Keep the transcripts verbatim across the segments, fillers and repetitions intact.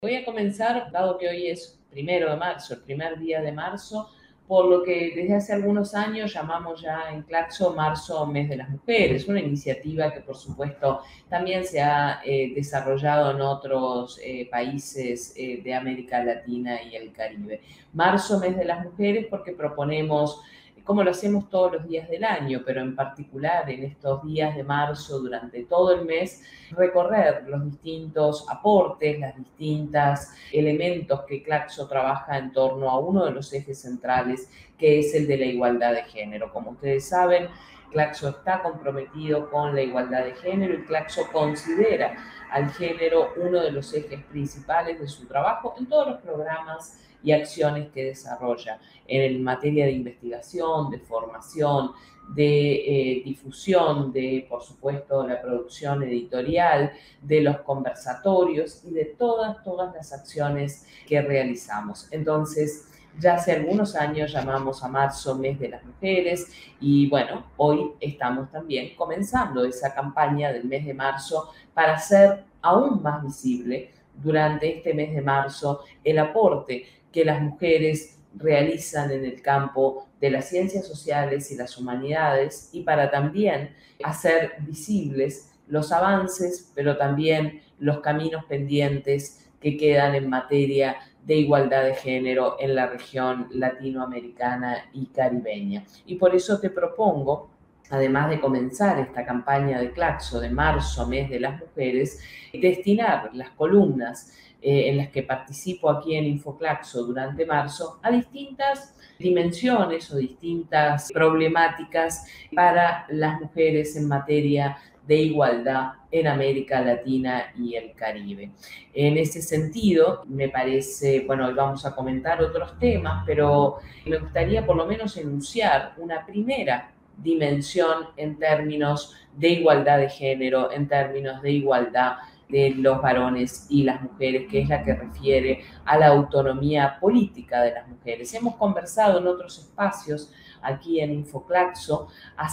Voy a comenzar, dado que hoy es primero de marzo, el primer día de marzo, por lo que desde hace algunos años llamamos ya en Claxo Marzo Mes de las Mujeres, una iniciativa que por supuesto también se ha eh, desarrollado en otros eh, países eh, de América Latina y el Caribe. Marzo Mes de las Mujeres porque proponemos, como lo hacemos todos los días del año, pero en particular en estos días de marzo, durante todo el mes, recorrer los distintos aportes, las distintas elementos que Claxo trabaja en torno a uno de los ejes centrales, que es el de la igualdad de género. Como ustedes saben, Claxo está comprometido con la igualdad de género y Claxo considera al género uno de los ejes principales de su trabajo en todos los programas y acciones que desarrolla en materia de investigación, de formación, de eh, difusión, de, por supuesto, la producción editorial, de los conversatorios y de todas, todas las acciones que realizamos. Entonces, ya hace algunos años llamamos a marzo Mes de las Mujeres y bueno, hoy estamos también comenzando esa campaña del mes de marzo para hacer aún más visible durante este mes de marzo el aporte que las mujeres realizan en el campo de las ciencias sociales y las humanidades y para también hacer visibles los avances, pero también los caminos pendientes que quedan en materia de igualdad de género en la región latinoamericana y caribeña. Y por eso te propongo, además de comenzar esta campaña de Claxo de marzo, mes de las mujeres, destinar las columnas eh, en las que participo aquí en InfoClaxo durante marzo a distintas dimensiones o distintas problemáticas para las mujeres en materia de igualdad en América Latina y el Caribe. En ese sentido, me parece, bueno, hoy vamos a comentar otros temas, pero me gustaría por lo menos enunciar una primera dimensión en términos de igualdad de género, en términos de igualdad de los varones y las mujeres, que es la que refiere a la autonomía política de las mujeres. Hemos conversado en otros espacios aquí en InfoClaxo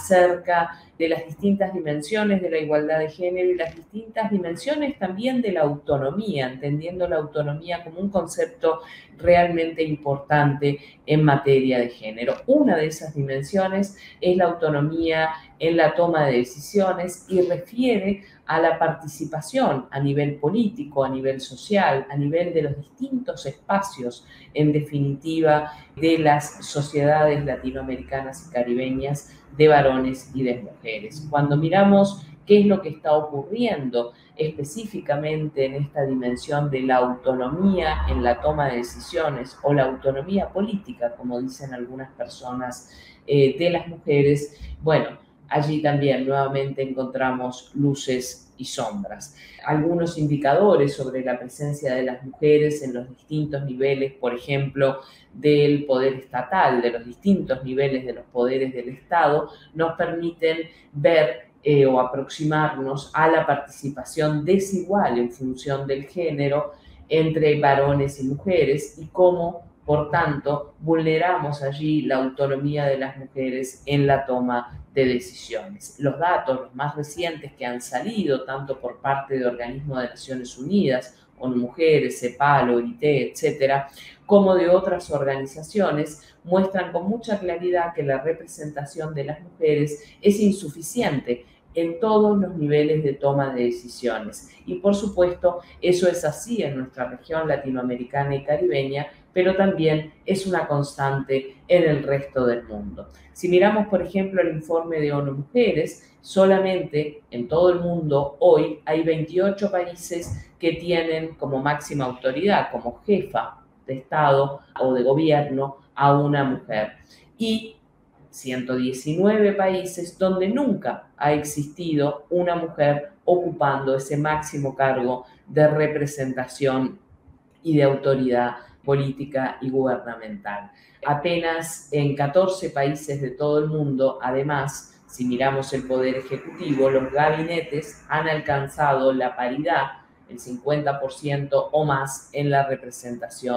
acerca de las distintas dimensiones de la igualdad de género y las distintas dimensiones también de la autonomía, entendiendo la autonomía como un concepto realmente importante en materia de género. Una de esas dimensiones es la autonomía en la toma de decisiones y refiere a la participación a nivel político, a nivel social, a nivel de los distintos espacios, en definitiva, de las sociedades latinoamericanas y caribeñas de varones y de mujeres. Cuando miramos qué es lo que está ocurriendo específicamente en esta dimensión de la autonomía en la toma de decisiones o la autonomía política, como dicen algunas personas, eh, de las mujeres, bueno, allí también nuevamente encontramos luces y sombras. Algunos indicadores sobre la presencia de las mujeres en los distintos niveles, por ejemplo, del poder estatal, de los distintos niveles de los poderes del Estado, nos permiten ver eh, o aproximarnos a la participación desigual en función del género entre varones y mujeres y cómo, por tanto, vulneramos allí la autonomía de las mujeres en la toma de decisiones. Los datos, los más recientes que han salido, tanto por parte de organismos de Naciones Unidas, ONU Mujeres, CEPAL, O I T, etcétera, como de otras organizaciones, muestran con mucha claridad que la representación de las mujeres es insuficiente en todos los niveles de toma de decisiones. Y por supuesto, eso es así en nuestra región latinoamericana y caribeña, pero también es una constante en el resto del mundo. Si miramos, por ejemplo, el informe de ONU Mujeres, solamente en todo el mundo hoy hay veintiocho países que tienen como máxima autoridad, como jefa de Estado o de gobierno, a una mujer. Y ciento diecinueve países donde nunca ha existido una mujer ocupando ese máximo cargo de representación y de autoridad política y gubernamental. Apenas en catorce países de todo el mundo, además, si miramos el poder ejecutivo, los gabinetes han alcanzado la paridad, el cincuenta por ciento o más en la representación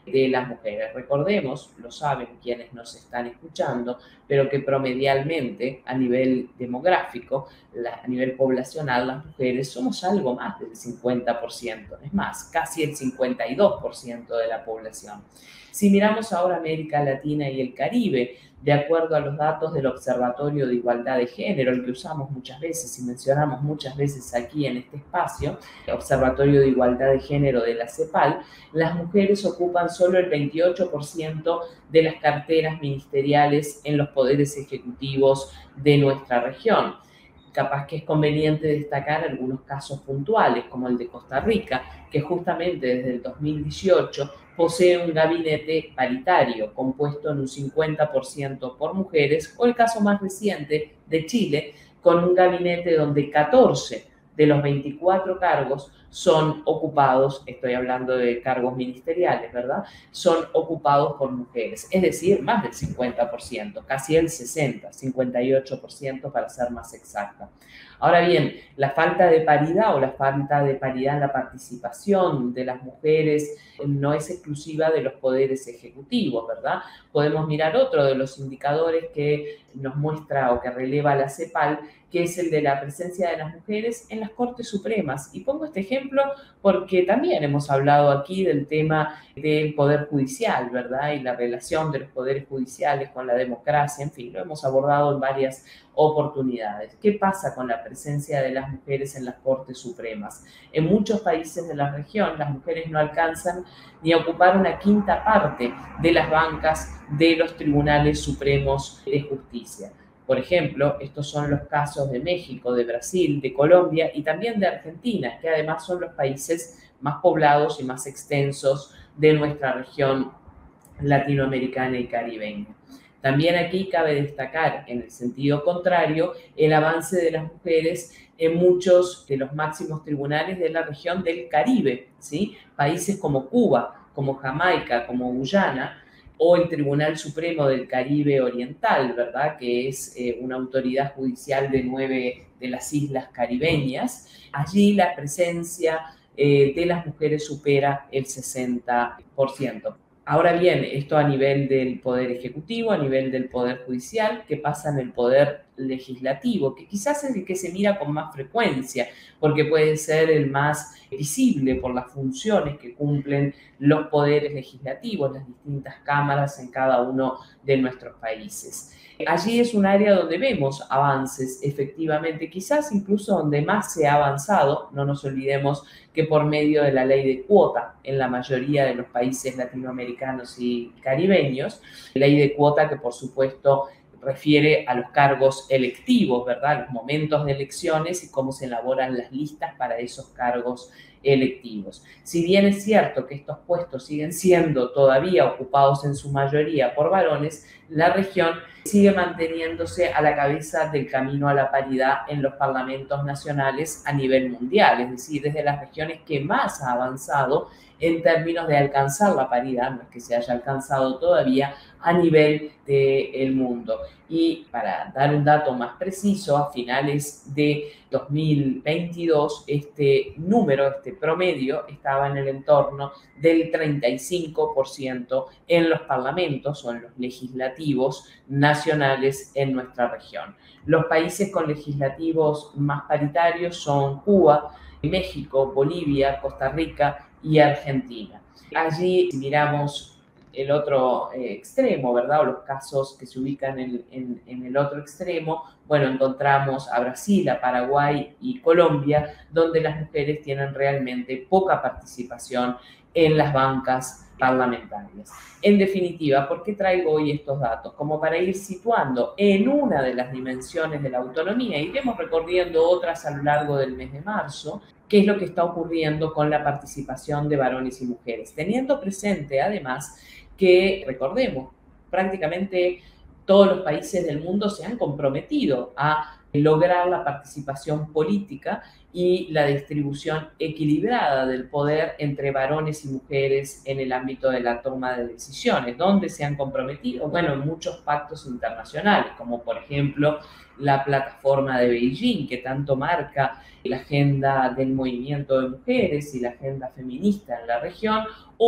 de las mujeres. Recordemos, lo saben quienes nos están escuchando, pero que promedialmente a nivel demográfico, la, a nivel poblacional, las mujeres somos algo más del cincuenta por ciento, es más, casi el cincuenta y dos por ciento de la población. Si miramos ahora América Latina y el Caribe, de acuerdo a los datos del Observatorio de Igualdad de Género, el que usamos muchas veces y mencionamos muchas veces aquí en este espacio, el Observatorio de Igualdad de Género de la CEPAL, las mujeres ocupan solo el veintiocho por ciento de las carteras ministeriales en los poderes ejecutivos de nuestra región. Capaz que es conveniente destacar algunos casos puntuales, como el de Costa Rica, que justamente desde el dos mil dieciocho posee un gabinete paritario compuesto en un cincuenta por ciento por mujeres, o el caso más reciente de Chile, con un gabinete donde catorce de los veinticuatro cargos son ocupados, estoy hablando de cargos ministeriales, ¿verdad? Son ocupados por mujeres, es decir, más del cincuenta por ciento, casi el sesenta, cincuenta y ocho por ciento para ser más exacta. Ahora bien, la falta de paridad o la falta de paridad en la participación de las mujeres no es exclusiva de los poderes ejecutivos, ¿verdad? Podemos mirar otro de los indicadores que nos muestra o que releva la CEPAL, que es el de la presencia de las mujeres en las Cortes Supremas. Y pongo este ejemplo porque también hemos hablado aquí del tema del Poder Judicial, ¿verdad? Y la relación de los poderes judiciales con la democracia, en fin, lo hemos abordado en varias oportunidades. ¿Qué pasa con la presencia de las mujeres en las Cortes Supremas? En muchos países de la región, las mujeres no alcanzan ni a ocupar una quinta parte de las bancas de los tribunales supremos de justicia. Por ejemplo, estos son los casos de México, de Brasil, de Colombia y también de Argentina, que además son los países más poblados y más extensos de nuestra región latinoamericana y caribeña. También aquí cabe destacar, en el sentido contrario, el avance de las mujeres en muchos de los máximos tribunales de la región del Caribe, ¿sí? Países como Cuba, como Jamaica, como Guyana, o el Tribunal Supremo del Caribe Oriental, ¿verdad? Que es eh, una autoridad judicial de nueve de las islas caribeñas. Allí la presencia eh, de las mujeres supera el sesenta por ciento. Ahora bien, esto a nivel del Poder Ejecutivo, a nivel del Poder Judicial, ¿qué pasa en el Poder Legislativo? Que quizás es el que se mira con más frecuencia, porque puede ser el más visible por las funciones que cumplen los poderes legislativos, las distintas cámaras en cada uno de nuestros países. Allí es un área donde vemos avances, efectivamente, quizás incluso donde más se ha avanzado. No nos olvidemos que por medio de la ley de cuota en la mayoría de los países latinoamericanos y caribeños, ley de cuota que por supuesto refiere a los cargos electivos, ¿verdad? Los momentos de elecciones y cómo se elaboran las listas para esos cargos electivos. Si bien es cierto que estos puestos siguen siendo todavía ocupados en su mayoría por varones, la región sigue manteniéndose a la cabeza del camino a la paridad en los parlamentos nacionales a nivel mundial, es decir, desde las regiones que más ha avanzado en términos de alcanzar la paridad, no es que se haya alcanzado todavía a nivel del mundo. Y para dar un dato más preciso, a finales de dos mil veintidós, este número, este promedio, estaba en el entorno del treinta y cinco por ciento en los parlamentos o en los legislativos nacionales en nuestra región. Los países con legislativos más paritarios son Cuba, México, Bolivia, Costa Rica y Argentina. Allí, si miramos el otro eh, extremo, ¿verdad? O los casos que se ubican en, en, en el otro extremo, bueno, encontramos a Brasil, a Paraguay y Colombia, donde las mujeres tienen realmente poca participación en las bancas parlamentarias. En definitiva, ¿por qué traigo hoy estos datos? Como para ir situando en una de las dimensiones de la autonomía, iremos recorriendo otras a lo largo del mes de marzo, qué es lo que está ocurriendo con la participación de varones y mujeres, teniendo presente además que, recordemos, prácticamente todos los países del mundo se han comprometido a lograr la participación política y la distribución equilibrada del poder entre varones y mujeres en el ámbito de la toma de decisiones. ¿Dónde se han comprometido? Bueno, en muchos pactos internacionales, como por ejemplo la plataforma de Beijing, que tanto marca la agenda del movimiento de mujeres y la agenda feminista en la región, o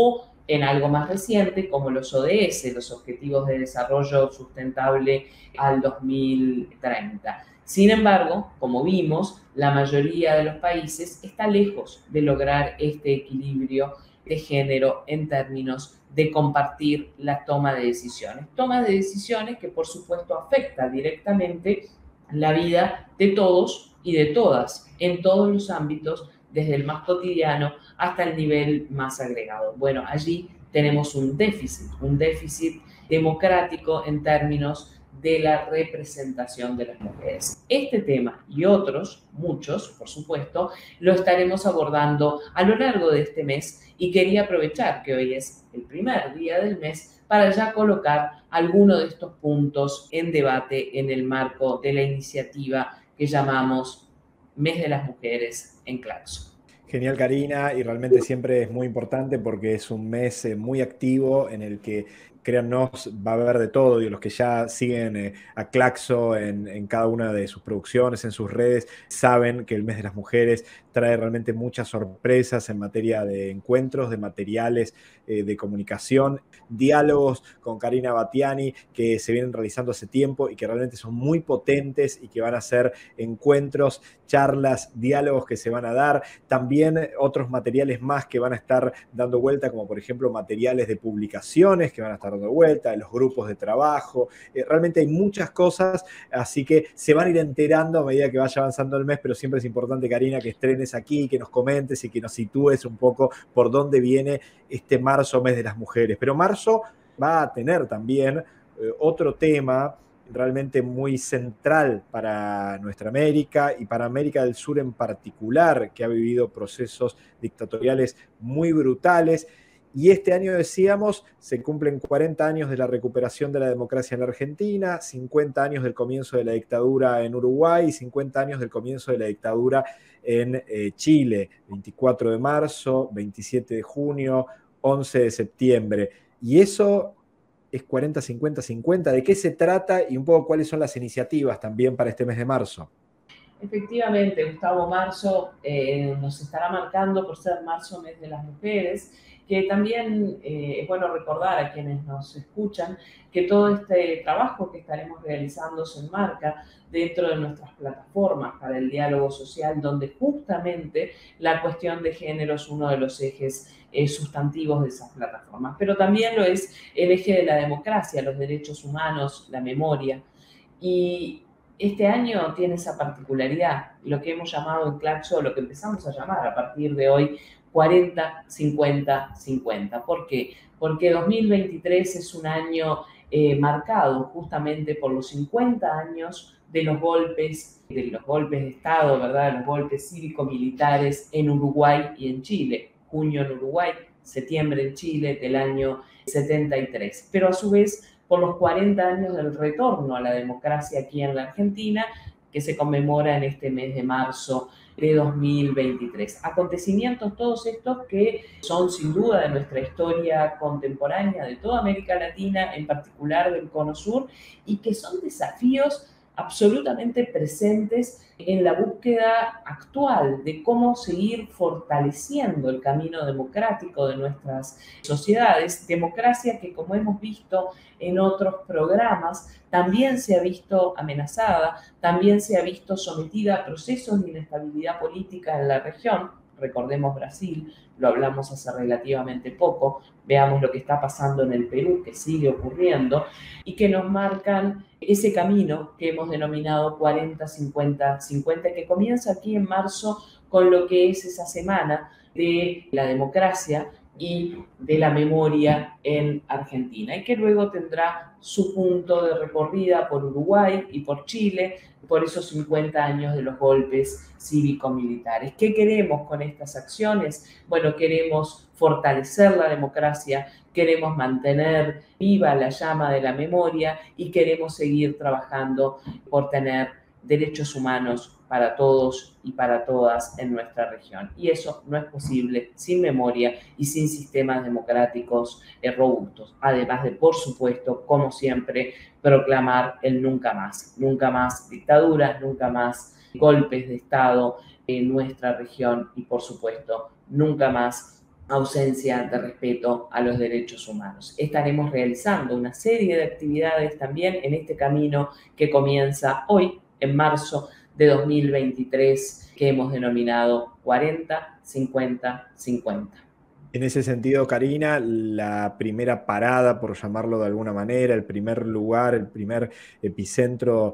en algo más reciente, como los O D S, los Objetivos de Desarrollo Sustentable al dos mil treinta. Sin embargo, como vimos, la mayoría de los países está lejos de lograr este equilibrio de género en términos de compartir la toma de decisiones. Toma de decisiones que, por supuesto, afecta directamente la vida de todos y de todas, en todos los ámbitos, desde el más cotidiano hasta el nivel más agregado. Bueno, allí tenemos un déficit, un déficit democrático en términos de la representación de las mujeres. Este tema y otros, muchos, por supuesto, lo estaremos abordando a lo largo de este mes y quería aprovechar que hoy es el primer día del mes para ya colocar algunos de estos puntos en debate en el marco de la iniciativa que llamamos Mes de las Mujeres en Claxo. Genial, Karina, y realmente siempre es muy importante porque es un mes eh, muy activo en el que, créannos, va a haber de todo, y los que ya siguen eh, a Claxo en, en cada una de sus producciones, en sus redes, saben que el mes de las mujeres trae realmente muchas sorpresas en materia de encuentros, de materiales eh, de comunicación, diálogos con Karina Batiani que se vienen realizando hace tiempo y que realmente son muy potentes y que van a ser encuentros, charlas, diálogos que se van a dar. También otros materiales más que van a estar dando vuelta, como por ejemplo materiales de publicaciones que van a estar dando vuelta, de los grupos de trabajo. Eh, realmente hay muchas cosas, así que se van a ir enterando a medida que vaya avanzando el mes, pero siempre es importante, Karina, que estrenes aquí, que nos comentes y que nos sitúes un poco por dónde viene este marzo, mes de las mujeres. Pero marzo va a tener también eh, otro tema realmente muy central para nuestra América y para América del Sur en particular, que ha vivido procesos dictatoriales muy brutales. Y este año, decíamos, se cumplen cuarenta años de la recuperación de la democracia en la Argentina, cincuenta años del comienzo de la dictadura en Uruguay y cincuenta años del comienzo de la dictadura en eh, Chile, veinticuatro de marzo, veintisiete de junio, once de septiembre. Y eso es cuarenta, cincuenta, cincuenta. ¿De qué se trata y un poco cuáles son las iniciativas también para este mes de marzo? Efectivamente, Gustavo, marzo eh, nos estará marcando por ser marzo, mes de las mujeres, que también eh, es bueno recordar a quienes nos escuchan que todo este trabajo que estaremos realizando se enmarca dentro de nuestras plataformas para el diálogo social, donde justamente la cuestión de género es uno de los ejes eh, sustantivos de esas plataformas, pero también lo es el eje de la democracia, los derechos humanos, la memoria. Y este año tiene esa particularidad, lo que hemos llamado en Claxo, lo que empezamos a llamar a partir de hoy, cuarenta, cincuenta, cincuenta. ¿Por qué? Porque dos mil veintitrés es un año eh, marcado justamente por los cincuenta años de los golpes, de los golpes de Estado, ¿verdad? Los golpes cívico-militares en Uruguay y en Chile. Junio en Uruguay, septiembre en Chile del año setenta y tres. Pero a su vez, por los cuarenta años del retorno a la democracia aquí en la Argentina, que se conmemora en este mes de marzo de dos mil veintitrés. Acontecimientos todos estos que son sin duda de nuestra historia contemporánea, de toda América Latina, en particular del Cono Sur, y que son desafíos absolutamente presentes en la búsqueda actual de cómo seguir fortaleciendo el camino democrático de nuestras sociedades, democracia que, como hemos visto en otros programas, también se ha visto amenazada, también se ha visto sometida a procesos de inestabilidad política en la región. Recordemos Brasil, lo hablamos hace relativamente poco, veamos lo que está pasando en el Perú, que sigue ocurriendo, y que nos marcan ese camino que hemos denominado cuarenta, cincuenta, cincuenta, que comienza aquí en marzo con lo que es esa semana de la democracia y de la memoria en Argentina, y que luego tendrá su punto de recorrida por Uruguay y por Chile, por esos cincuenta años de los golpes cívico-militares. ¿Qué queremos con estas acciones? Bueno, queremos fortalecer la democracia, queremos mantener viva la llama de la memoria y queremos seguir trabajando por tener derechos humanos para todos y para todas en nuestra región. Y eso no es posible sin memoria y sin sistemas democráticos eh, robustos. Además de, por supuesto, como siempre, proclamar el nunca más. Nunca más dictaduras, nunca más golpes de Estado en nuestra región y, por supuesto, nunca más ausencia de respeto a los derechos humanos. Estaremos realizando una serie de actividades también en este camino que comienza hoy, en marzo de dos mil veintitrés, que hemos denominado cuarenta, cincuenta, cincuenta. En ese sentido, Karina, la primera parada, por llamarlo de alguna manera, el primer lugar, el primer epicentro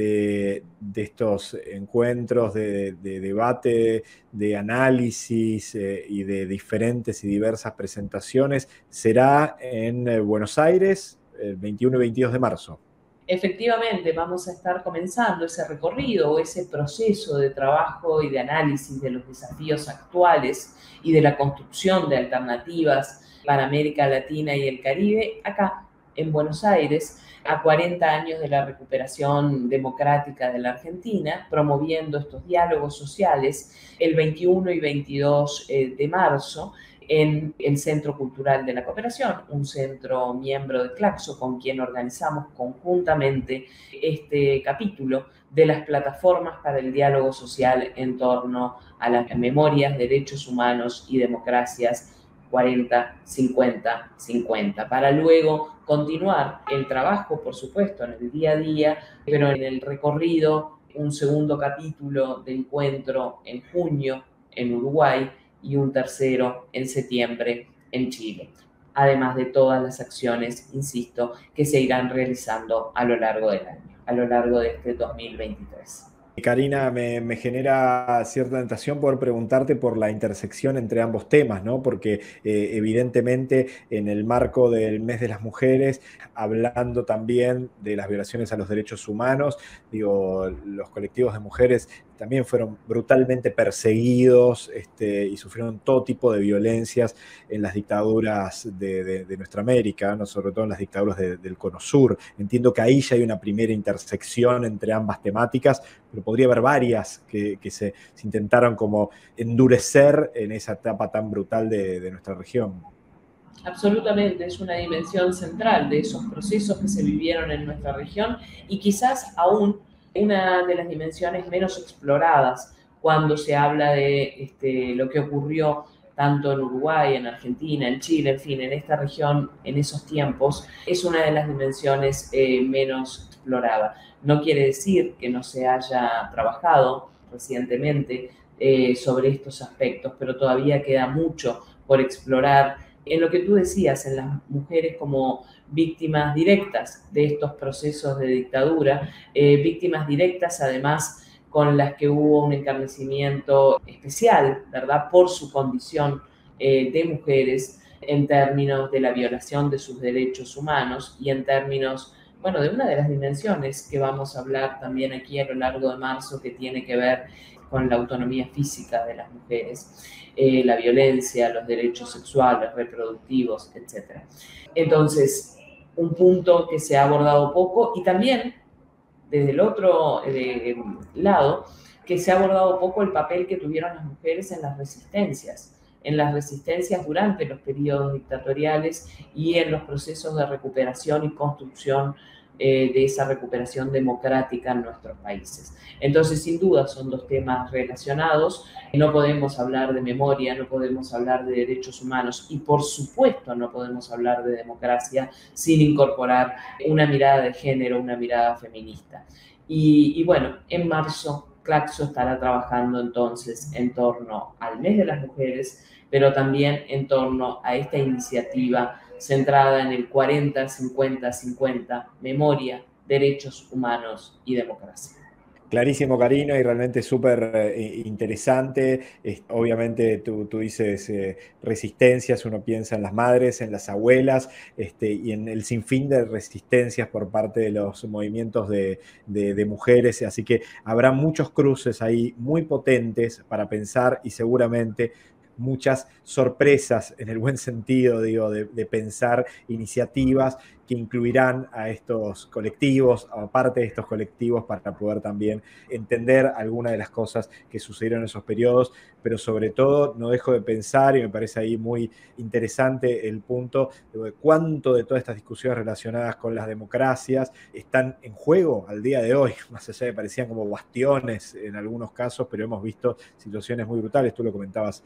de, de estos encuentros, de, de debate, de análisis eh, y de diferentes y diversas presentaciones, será en eh, Buenos Aires el veintiuno y veintidós de marzo. Efectivamente, vamos a estar comenzando ese recorrido o ese proceso de trabajo y de análisis de los desafíos actuales y de la construcción de alternativas para América Latina y el Caribe, acá en Buenos Aires, a cuarenta años de la recuperación democrática de la Argentina, promoviendo estos diálogos sociales el veintiuno y veintidós de marzo, en el Centro Cultural de la Cooperación, un centro miembro de Claxo con quien organizamos conjuntamente este capítulo de las plataformas para el diálogo social en torno a las memorias, derechos humanos y democracias cuarenta, cincuenta, cincuenta, para luego continuar el trabajo, por supuesto, en el día a día, pero en el recorrido, un segundo capítulo de encuentro en junio en Uruguay, y un tercero en septiembre en Chile, además de todas las acciones, insisto, que se irán realizando a lo largo del año, a lo largo de este dos mil veintitrés. Karina, me, me genera cierta tentación poder preguntarte por la intersección entre ambos temas, ¿no? Porque eh, evidentemente en el marco del Mes de las Mujeres, hablando también de las violaciones a los derechos humanos, digo, los colectivos de mujeres también fueron brutalmente perseguidos este, y sufrieron todo tipo de violencias en las dictaduras de, de, de nuestra América, ¿no? Sobre todo en las dictaduras de, del Cono Sur. Entiendo que ahí ya hay una primera intersección entre ambas temáticas, pero podría haber varias que, que se, se intentaron como endurecer en esa etapa tan brutal de, de nuestra región. Absolutamente, es una dimensión central de esos procesos que se vivieron en nuestra región y quizás aún una de las dimensiones menos exploradas cuando se habla de este, lo que ocurrió tanto en Uruguay, en Argentina, en Chile, en fin, en esta región, en esos tiempos, es una de las dimensiones eh, menos exploradas. No quiere decir que no se haya trabajado recientemente eh, sobre estos aspectos, pero todavía queda mucho por explorar en lo que tú decías, en las mujeres como víctimas directas de estos procesos de dictadura, eh, víctimas directas además con las que hubo un encarnecimiento especial, ¿verdad?, por su condición eh, de mujeres en términos de la violación de sus derechos humanos y en términos, bueno, de una de las dimensiones que vamos a hablar también aquí a lo largo de marzo, que tiene que ver con la autonomía física de las mujeres, eh, la violencia, los derechos sexuales, reproductivos, etcétera. Entonces, un punto que se ha abordado poco y también desde el otro eh, lado, que se ha abordado poco el papel que tuvieron las mujeres en las resistencias, en las resistencias durante los periodos dictatoriales y en los procesos de recuperación y construcción eh, de esa recuperación democrática en nuestros países. Entonces, sin duda, son dos temas relacionados. No podemos hablar de memoria, no podemos hablar de derechos humanos y, por supuesto, no podemos hablar de democracia sin incorporar una mirada de género, una mirada feminista. Y, y bueno, en marzo Claxo estará trabajando entonces en torno al Mes de las Mujeres, pero también en torno a esta iniciativa centrada en el cuarenta, cincuenta, cincuenta, memoria, derechos humanos y democracia. Clarísimo, Karina, y realmente súper eh, interesante. Es, obviamente tú, tú dices eh, resistencias, uno piensa en las madres, en las abuelas, este, y en el sinfín de resistencias por parte de los movimientos de, de, de mujeres. Así que habrá muchos cruces ahí muy potentes para pensar y seguramente muchas sorpresas en el buen sentido, digo, de, de pensar iniciativas que incluirán a estos colectivos, a parte de estos colectivos, para poder también entender algunas de las cosas que sucedieron en esos periodos, pero sobre todo no dejo de pensar, y me parece ahí muy interesante el punto de cuánto de todas estas discusiones relacionadas con las democracias están en juego al día de hoy, más allá de que parecían como bastiones en algunos casos, pero hemos visto situaciones muy brutales, tú lo comentabas el miércoles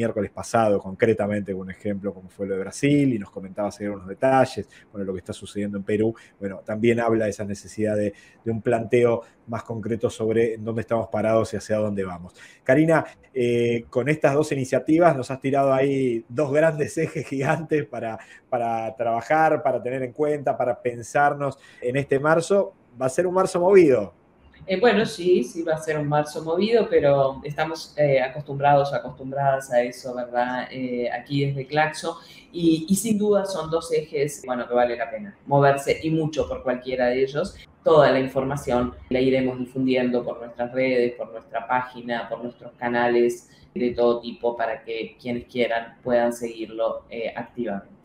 miércoles pasado, concretamente, con un ejemplo como fue lo de Brasil, y nos comentaba seguir unos detalles, bueno, lo que está sucediendo en Perú, bueno, también habla de esa necesidad de, de un planteo más concreto sobre en dónde estamos parados y hacia dónde vamos. Karina, eh, con estas dos iniciativas nos has tirado ahí dos grandes ejes gigantes para, para trabajar, para tener en cuenta, para pensarnos en este marzo. Va a ser un marzo movido. Eh, bueno, sí, sí va a ser un marzo movido, pero estamos eh, acostumbrados, acostumbradas a eso, ¿verdad? Eh, aquí desde Claxo, y, y sin duda son dos ejes, bueno, que vale la pena moverse, y mucho por cualquiera de ellos. Toda la información la iremos difundiendo por nuestras redes, por nuestra página, por nuestros canales de todo tipo, para que quienes quieran puedan seguirlo eh, activamente.